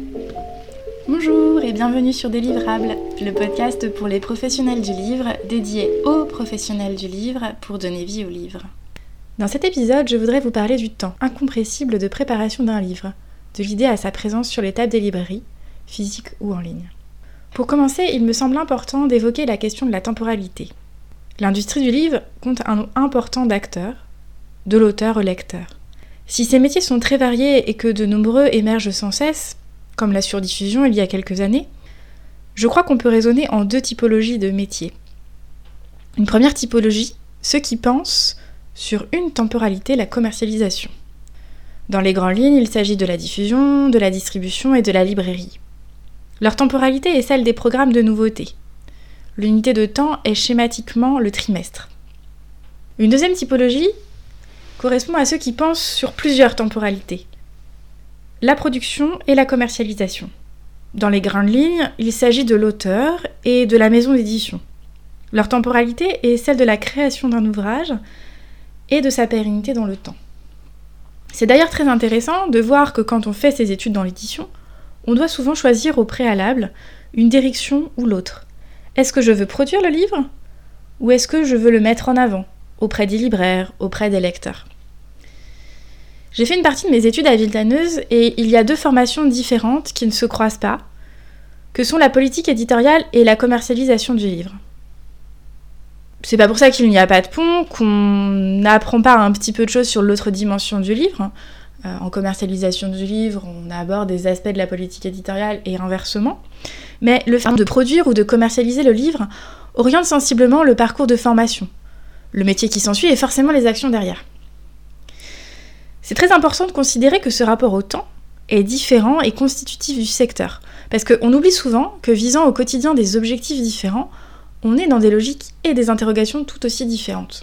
Bonjour et bienvenue sur Délivrable, le podcast pour les professionnels du livre, dédié aux professionnels du livre pour donner vie au livre. Dans cet épisode, je voudrais vous parler du temps incompressible de préparation d'un livre, de l'idée à sa présence sur les tables des librairies, physiques ou en ligne. Pour commencer, il me semble important d'évoquer la question de la temporalité. L'industrie du livre compte un nombre important d'acteurs, de l'auteur au lecteur. Si ces métiers sont très variés et que de nombreux émergent sans cesse, comme la surdiffusion il y a quelques années, je crois qu'on peut raisonner en deux typologies de métiers. Une première typologie, ceux qui pensent sur une temporalité, la commercialisation. Dans les grandes lignes, il s'agit de la diffusion, de la distribution et de la librairie. Leur temporalité est celle des programmes de nouveautés. L'unité de temps est schématiquement le trimestre. Une deuxième typologie correspond à ceux qui pensent sur plusieurs temporalités. La production et la commercialisation. Dans les grandes lignes, il s'agit de l'auteur et de la maison d'édition. Leur temporalité est celle de la création d'un ouvrage et de sa pérennité dans le temps. C'est d'ailleurs très intéressant de voir que quand on fait ses études dans l'édition, on doit souvent choisir au préalable une direction ou l'autre. Est-ce que je veux produire le livre ou est-ce que je veux le mettre en avant auprès des libraires, auprès des lecteurs ? J'ai fait une partie de mes études à Villetaneuse et il y a deux formations différentes qui ne se croisent pas, que sont la politique éditoriale et la commercialisation du livre. C'est pas pour ça qu'il n'y a pas de pont, qu'on n'apprend pas un petit peu de choses sur l'autre dimension du livre. En commercialisation du livre, on aborde des aspects de la politique éditoriale et inversement. Mais le fait de produire ou de commercialiser le livre oriente sensiblement le parcours de formation. Le métier qui s'ensuit et forcément les actions derrière. C'est très important de considérer que ce rapport au temps est différent et constitutif du secteur. Parce qu'on oublie souvent que visant au quotidien des objectifs différents, on est dans des logiques et des interrogations tout aussi différentes.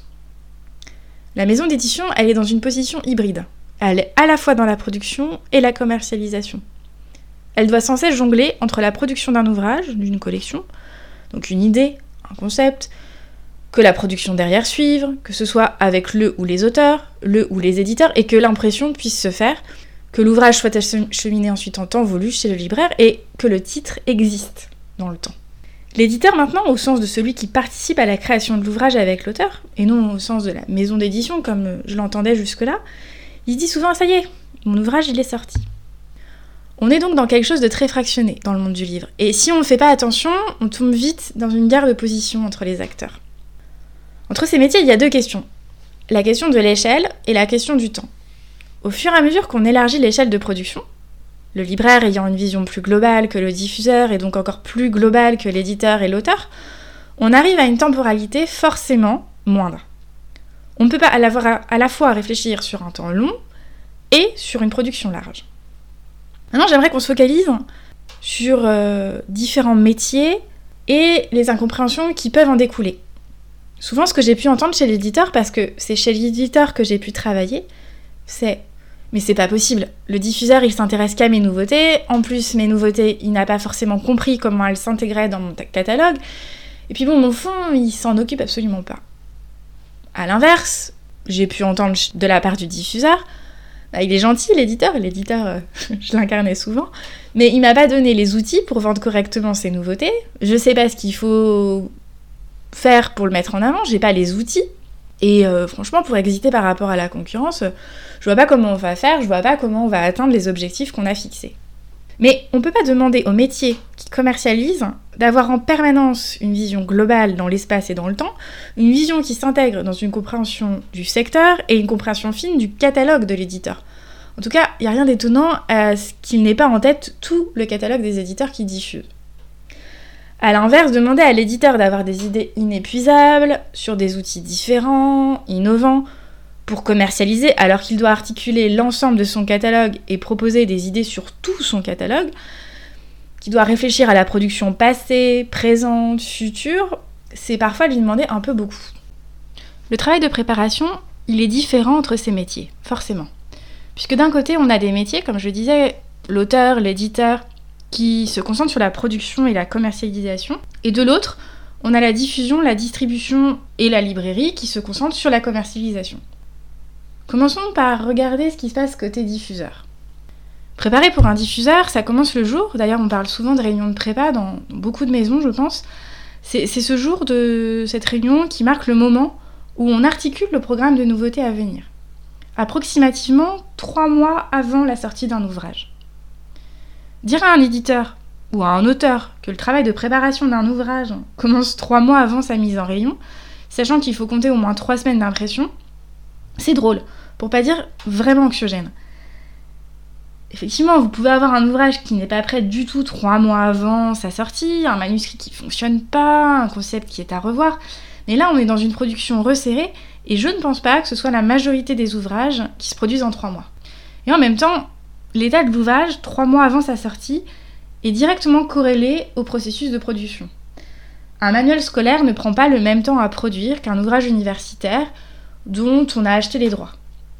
La maison d'édition, elle est dans une position hybride. Elle est à la fois dans la production et la commercialisation. Elle doit sans cesse jongler entre la production d'un ouvrage, d'une collection, donc une idée, un concept, que la production derrière suive, que ce soit avec le ou les auteurs, le ou les éditeurs, et que l'impression puisse se faire, que l'ouvrage soit acheminé ensuite en temps voulu chez le libraire, et que le titre existe dans le temps. L'éditeur maintenant, au sens de celui qui participe à la création de l'ouvrage avec l'auteur, et non au sens de la maison d'édition comme je l'entendais jusque-là, il dit souvent « ça y est, mon ouvrage il est sorti ». On est donc dans quelque chose de très fractionné dans le monde du livre, et si on ne fait pas attention, on tombe vite dans une guerre de position entre les acteurs. Entre ces métiers, il y a deux questions. La question de l'échelle et la question du temps. Au fur et à mesure qu'on élargit l'échelle de production, le libraire ayant une vision plus globale que le diffuseur et donc encore plus globale que l'éditeur et l'auteur, on arrive à une temporalité forcément moindre. On ne peut pas à la fois réfléchir sur un temps long et sur une production large. Maintenant, j'aimerais qu'on se focalise sur différents métiers et les incompréhensions qui peuvent en découler. Souvent, ce que j'ai pu entendre chez l'éditeur, parce que c'est chez l'éditeur que j'ai pu travailler, c'est « mais c'est pas possible, le diffuseur il s'intéresse qu'à mes nouveautés, en plus mes nouveautés il n'a pas forcément compris comment elles s'intégraient dans mon catalogue, et puis bon, mon fond il s'en occupe absolument pas. » À l'inverse, j'ai pu entendre de la part du diffuseur, il est gentil l'éditeur, je l'incarnais souvent, mais il m'a pas donné les outils pour vendre correctement ses nouveautés, je sais pas ce qu'il faut faire pour le mettre en avant, j'ai pas les outils, et franchement pour exister par rapport à la concurrence, je vois pas comment on va faire, je vois pas comment on va atteindre les objectifs qu'on a fixés. Mais on peut pas demander aux métiers qui commercialisent d'avoir en permanence une vision globale dans l'espace et dans le temps, une vision qui s'intègre dans une compréhension du secteur et une compréhension fine du catalogue de l'éditeur. En tout cas, il n'y a rien d'étonnant à ce qu'il n'ait pas en tête tout le catalogue des éditeurs qui diffusent. À l'inverse, demander à l'éditeur d'avoir des idées inépuisables, sur des outils différents, innovants, pour commercialiser alors qu'il doit articuler l'ensemble de son catalogue et proposer des idées sur tout son catalogue, qui doit réfléchir à la production passée, présente, future, c'est parfois lui demander un peu beaucoup. Le travail de préparation, il est différent entre ces métiers, forcément. Puisque d'un côté, on a des métiers, comme je le disais, l'auteur, l'éditeur, qui se concentrent sur la production et la commercialisation, et de l'autre, on a la diffusion, la distribution et la librairie qui se concentrent sur la commercialisation. Commençons par regarder ce qui se passe côté diffuseur. Préparer pour un diffuseur, ça commence le jour. D'ailleurs, on parle souvent de réunion de prépa dans beaucoup de maisons, je pense. C'est ce jour de cette réunion qui marque le moment où on articule le programme de nouveautés à venir. Approximativement 3 mois avant la sortie d'un ouvrage. Dire à un éditeur ou à un auteur que le travail de préparation d'un ouvrage commence 3 mois avant sa mise en rayon, sachant qu'il faut compter au moins 3 semaines d'impression, c'est drôle, pour pas dire vraiment anxiogène. Effectivement, vous pouvez avoir un ouvrage qui n'est pas prêt du tout 3 mois avant sa sortie, un manuscrit qui fonctionne pas, un concept qui est à revoir, mais là on est dans une production resserrée et je ne pense pas que ce soit la majorité des ouvrages qui se produisent en 3 mois. Et en même temps, l'état de l'ouvrage 3 mois avant sa sortie est directement corrélé au processus de production. Un manuel scolaire ne prend pas le même temps à produire qu'un ouvrage universitaire dont on a acheté les droits.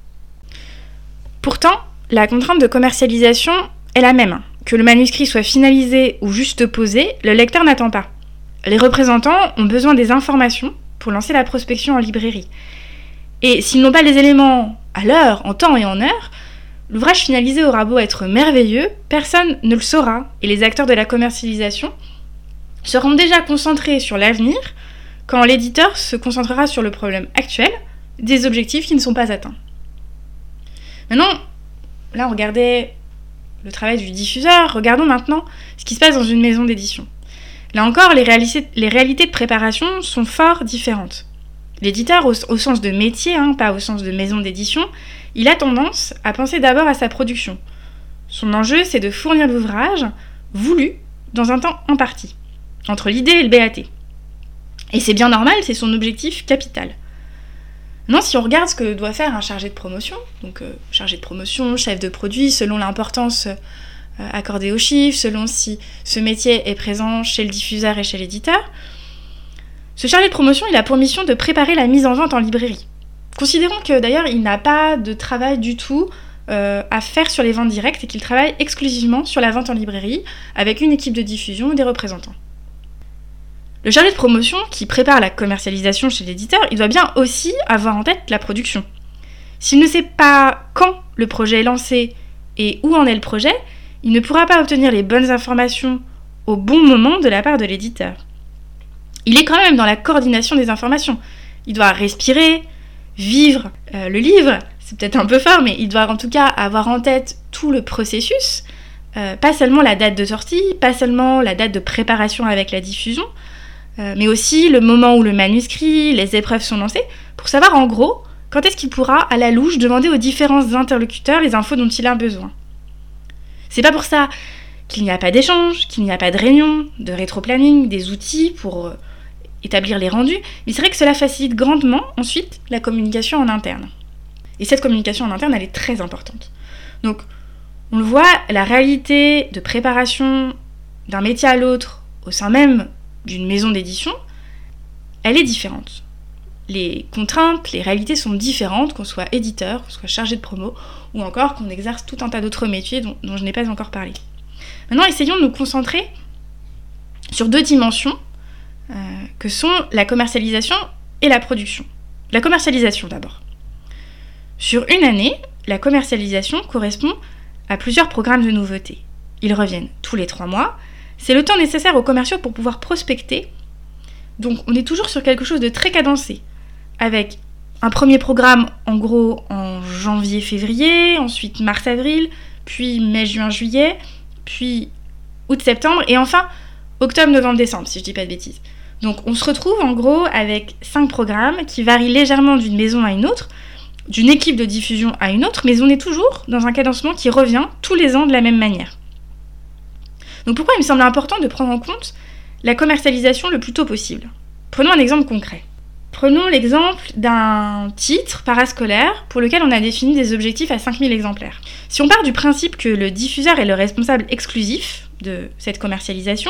Pourtant, la contrainte de commercialisation est la même. Que le manuscrit soit finalisé ou juste posé, le lecteur n'attend pas. Les représentants ont besoin des informations pour lancer la prospection en librairie. Et s'ils n'ont pas les éléments à l'heure, en temps et en heure, l'ouvrage finalisé aura beau être merveilleux, personne ne le saura, et les acteurs de la commercialisation seront déjà concentrés sur l'avenir quand l'éditeur se concentrera sur le problème actuel des objectifs qui ne sont pas atteints. Maintenant, là on regardait le travail du diffuseur, regardons maintenant ce qui se passe dans une maison d'édition. Là encore, les réalités de préparation sont fort différentes. L'éditeur, au sens de métier, pas au sens de maison d'édition, il a tendance à penser d'abord à sa production. Son enjeu, c'est de fournir l'ouvrage voulu dans un temps imparti, entre l'idée et le BAT. Et c'est bien normal, c'est son objectif capital. Maintenant, si on regarde ce que doit faire un chargé de promotion, donc chargé de promotion, chef de produit, selon l'importance accordée aux chiffres, selon si ce métier est présent chez le diffuseur et chez l'éditeur, ce chargé de promotion, il a pour mission de préparer la mise en vente en librairie. Considérons que d'ailleurs, il n'a pas de travail du tout à faire sur les ventes directes et qu'il travaille exclusivement sur la vente en librairie avec une équipe de diffusion et des représentants. Le chargé de promotion qui prépare la commercialisation chez l'éditeur, il doit bien aussi avoir en tête la production. S'il ne sait pas quand le projet est lancé et où en est le projet, il ne pourra pas obtenir les bonnes informations au bon moment de la part de l'éditeur. Il est quand même dans la coordination des informations. Il doit respirer, vivre le livre, c'est peut-être un peu fort, mais il doit en tout cas avoir en tête tout le processus, pas seulement la date de sortie, pas seulement la date de préparation avec la diffusion, mais aussi le moment où le manuscrit, les épreuves sont lancées, pour savoir en gros quand est-ce qu'il pourra, à la louche, demander aux différents interlocuteurs les infos dont il a besoin. C'est pas pour ça qu'il n'y a pas d'échange, qu'il n'y a pas de réunion, de rétro-planning, des outils pour établir les rendus, mais c'est vrai que cela facilite grandement ensuite la communication en interne. Et cette communication en interne, elle est très importante. Donc, on le voit, la réalité de préparation d'un métier à l'autre au sein même d'une maison d'édition, elle est différente. Les contraintes, les réalités sont différentes, qu'on soit éditeur, qu'on soit chargé de promo, ou encore qu'on exerce tout un tas d'autres métiers dont je n'ai pas encore parlé. Maintenant, essayons de nous concentrer sur 2 dimensions que sont la commercialisation et la production. La commercialisation d'abord. Sur une année, la commercialisation correspond à plusieurs programmes de nouveautés. Ils reviennent tous les 3 mois. C'est le temps nécessaire aux commerciaux pour pouvoir prospecter. Donc on est toujours sur quelque chose de très cadencé, avec un premier programme en gros en janvier-février, ensuite mars-avril, puis mai-juin-juillet, puis août-septembre, et enfin octobre-novembre-décembre, si je dis pas de bêtises. Donc on se retrouve en gros avec 5 programmes qui varient légèrement d'une maison à une autre, d'une équipe de diffusion à une autre, mais on est toujours dans un cadencement qui revient tous les ans de la même manière. Donc pourquoi il me semble important de prendre en compte la commercialisation le plus tôt possible ? Prenons un exemple concret. Prenons l'exemple d'un titre parascolaire pour lequel on a défini des objectifs à 5000 exemplaires. Si on part du principe que le diffuseur est le responsable exclusif de cette commercialisation,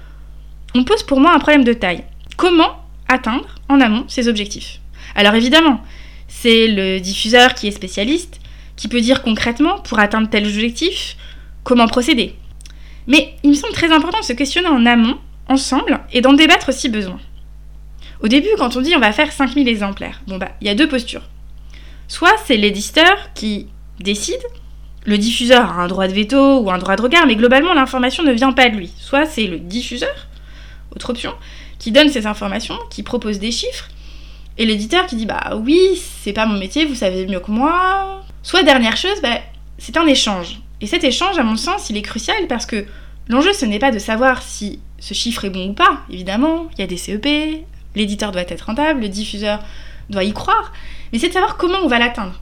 on pose pour moi un problème de taille. Comment atteindre en amont ces objectifs ? Alors évidemment, c'est le diffuseur qui est spécialiste, qui peut dire concrètement, pour atteindre tel objectif, comment procéder. Mais il me semble très important de se questionner en amont, ensemble, et d'en débattre si besoin. Au début, quand on dit on va faire 5000 exemplaires, il y a 2 postures. Soit c'est l'éditeur qui décide, Le diffuseur a un droit de veto ou un droit de regard, mais globalement, l'information ne vient pas de lui. Soit c'est le diffuseur, autre option, qui donne ces informations, qui propose des chiffres, et l'éditeur qui dit « Bah oui, c'est pas mon métier, vous savez mieux que moi ». Soit dernière chose, c'est un échange. Et cet échange, à mon sens, il est crucial parce que l'enjeu, ce n'est pas de savoir si ce chiffre est bon ou pas. Évidemment, il y a des CEP, l'éditeur doit être rentable, le diffuseur doit y croire, mais c'est de savoir comment on va l'atteindre.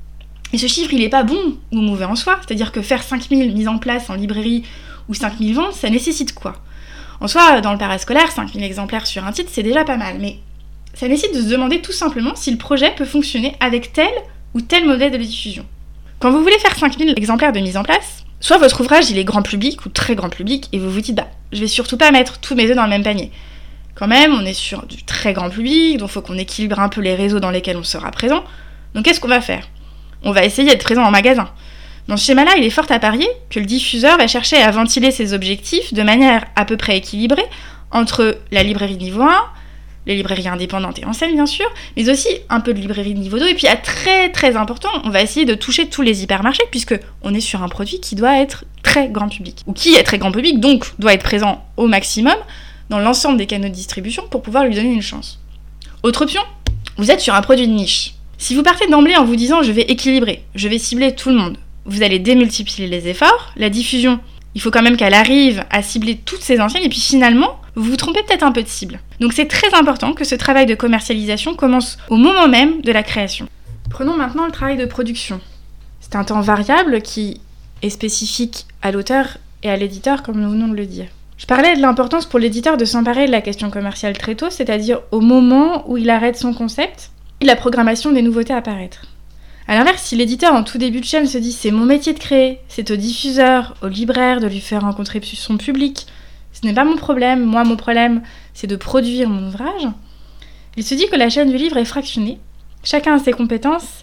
Et ce chiffre, il n'est pas bon ou mauvais en soi, c'est-à-dire que faire 5000 mises en place en librairie ou 5000 ventes, ça nécessite quoi ? En soi, dans le parascolaire, 5000 exemplaires sur un titre, c'est déjà pas mal, mais ça nécessite de se demander tout simplement si le projet peut fonctionner avec tel ou tel modèle de diffusion. Quand vous voulez faire 5000 exemplaires de mise en place, soit votre ouvrage il est grand public ou très grand public, et vous vous dites je vais surtout pas mettre tous mes œufs dans le même panier. Quand même, on est sur du très grand public, donc il faut qu'on équilibre un peu les réseaux dans lesquels on sera présent. Donc qu'est-ce qu'on va faire ? On va essayer d'être présent en magasin. Dans ce schéma-là, il est fort à parier que le diffuseur va chercher à ventiler ses objectifs de manière à peu près équilibrée entre la librairie niveau 1, les librairies indépendantes et enseignes bien sûr, mais aussi un peu de librairie de niveau 2, et puis à très très important, on va essayer de toucher tous les hypermarchés, puisque on est sur un produit qui doit être très grand public, ou qui est très grand public, donc doit être présent au maximum dans l'ensemble des canaux de distribution pour pouvoir lui donner une chance. Autre option, vous êtes sur un produit de niche. Si vous partez d'emblée en vous disant je vais équilibrer, je vais cibler tout le monde, vous allez démultiplier les efforts, la diffusion, il faut quand même qu'elle arrive à cibler toutes ces enseignes, et puis finalement, vous vous trompez peut-être un peu de cible. Donc c'est très important que ce travail de commercialisation commence au moment même de la création. Prenons maintenant le travail de production. C'est un temps variable qui est spécifique à l'auteur et à l'éditeur, comme nous venons de le dire. Je parlais de l'importance pour l'éditeur de s'emparer de la question commerciale très tôt, c'est-à-dire au moment où il arrête son concept et la programmation des nouveautés à apparaître. A l'inverse, si l'éditeur en tout début de chaîne se dit « c'est mon métier de créer, c'est au diffuseur, au libraire de lui faire rencontrer son public, ce n'est pas mon problème, moi mon problème c'est de produire mon ouvrage », il se dit que la chaîne du livre est fractionnée, chacun a ses compétences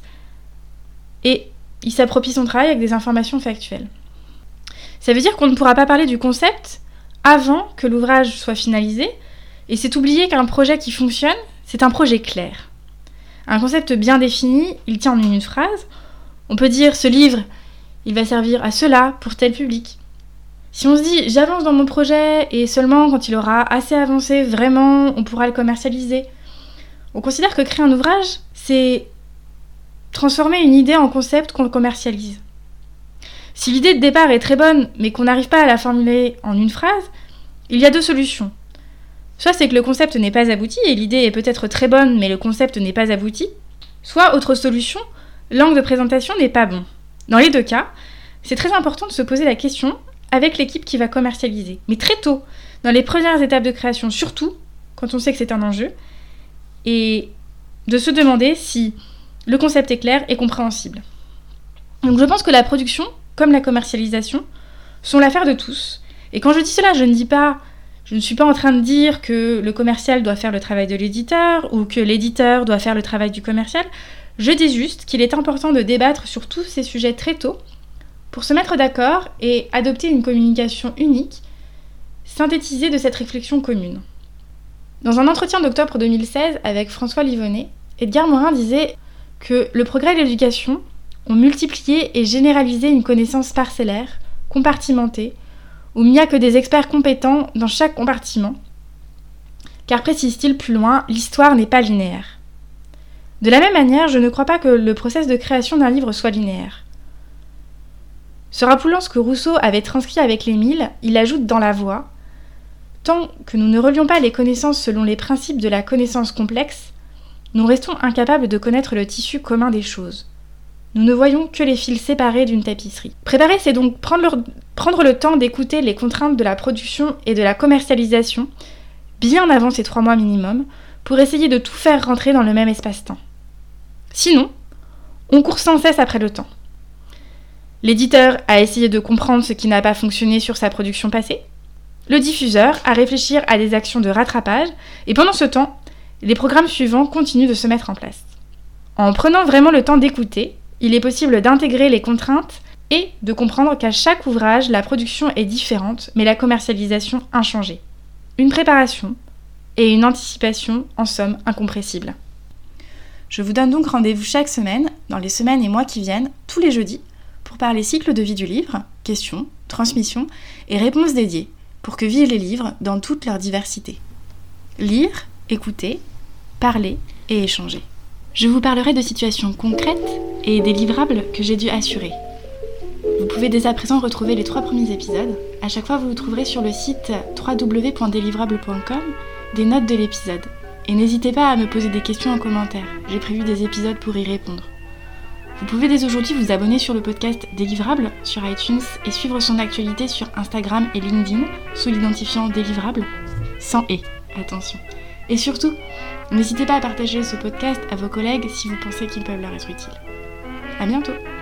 et il s'approprie son travail avec des informations factuelles. Ça veut dire qu'on ne pourra pas parler du concept avant que l'ouvrage soit finalisé, et c'est oublier qu'un projet qui fonctionne, c'est un projet clair. Un concept bien défini, il tient en une phrase. On peut dire ce livre, il va servir à cela pour tel public. Si on se dit j'avance dans mon projet et seulement quand il aura assez avancé, vraiment, on pourra le commercialiser. On considère que créer un ouvrage, c'est transformer une idée en concept qu'on commercialise. Si l'idée de départ est très bonne, mais qu'on n'arrive pas à la formuler en une phrase, il y a deux solutions. Soit c'est que le concept n'est pas abouti, et l'idée est peut-être très bonne, mais le concept n'est pas abouti. Soit, autre solution, l'angle de présentation n'est pas bon. Dans les deux cas, c'est très important de se poser la question avec l'équipe qui va commercialiser. Mais très tôt, dans les premières étapes de création, surtout quand on sait que c'est un enjeu, et de se demander si le concept est clair et compréhensible. Donc je pense que la production, comme la commercialisation, sont l'affaire de tous. Et quand je dis cela, je ne suis pas en train de dire que le commercial doit faire le travail de l'éditeur ou que l'éditeur doit faire le travail du commercial. Je dis juste qu'il est important de débattre sur tous ces sujets très tôt pour se mettre d'accord et adopter une communication unique, synthétisée de cette réflexion commune. Dans un entretien d'octobre 2016 avec François Livonnet, Edgar Morin disait que le progrès de l'éducation ont multiplié et généralisé une connaissance parcellaire, compartimentée, où il n'y a que des experts compétents dans chaque compartiment, car précise-t-il plus loin, l'histoire n'est pas linéaire. De la même manière, je ne crois pas que le process de création d'un livre soit linéaire. Se rappelant ce que Rousseau avait transcrit avec l'Émile, il ajoute dans La Voix « Tant que nous ne relions pas les connaissances selon les principes de la connaissance complexe, nous restons incapables de connaître le tissu commun des choses. Nous ne voyons que les fils séparés d'une tapisserie. » Préparer, c'est donc prendre le temps d'écouter les contraintes de la production et de la commercialisation, bien avant ces 3 mois minimum, pour essayer de tout faire rentrer dans le même espace-temps. Sinon, on court sans cesse après le temps. L'éditeur a essayé de comprendre ce qui n'a pas fonctionné sur sa production passée, le diffuseur a réfléchi à des actions de rattrapage, et pendant ce temps, les programmes suivants continuent de se mettre en place. En prenant vraiment le temps d'écouter, il est possible d'intégrer les contraintes et de comprendre qu'à chaque ouvrage, la production est différente, mais la commercialisation inchangée. Une préparation et une anticipation, en somme, incompressibles. Je vous donne donc rendez-vous chaque semaine, dans les semaines et mois qui viennent, tous les jeudis, pour pour parler cycle de vie du livre, questions, transmission et réponses dédiées, pour que vivent les livres dans toute leur diversité. Lire, écouter, parler et échanger. Je vous parlerai de situations concrètes et des livrables que j'ai dû assurer. Vous pouvez dès à présent retrouver les 3 premiers épisodes. À chaque fois, vous trouverez sur le site www.delivrable.com des notes de l'épisode. Et n'hésitez pas à me poser des questions en commentaire. J'ai prévu des épisodes pour y répondre. Vous pouvez dès aujourd'hui vous abonner sur le podcast Délivrable sur iTunes et suivre son actualité sur Instagram et LinkedIn sous l'identifiant Délivrable, sans « et », attention. Et surtout, n'hésitez pas à partager ce podcast à vos collègues si vous pensez qu'ils peuvent leur être utiles. À bientôt!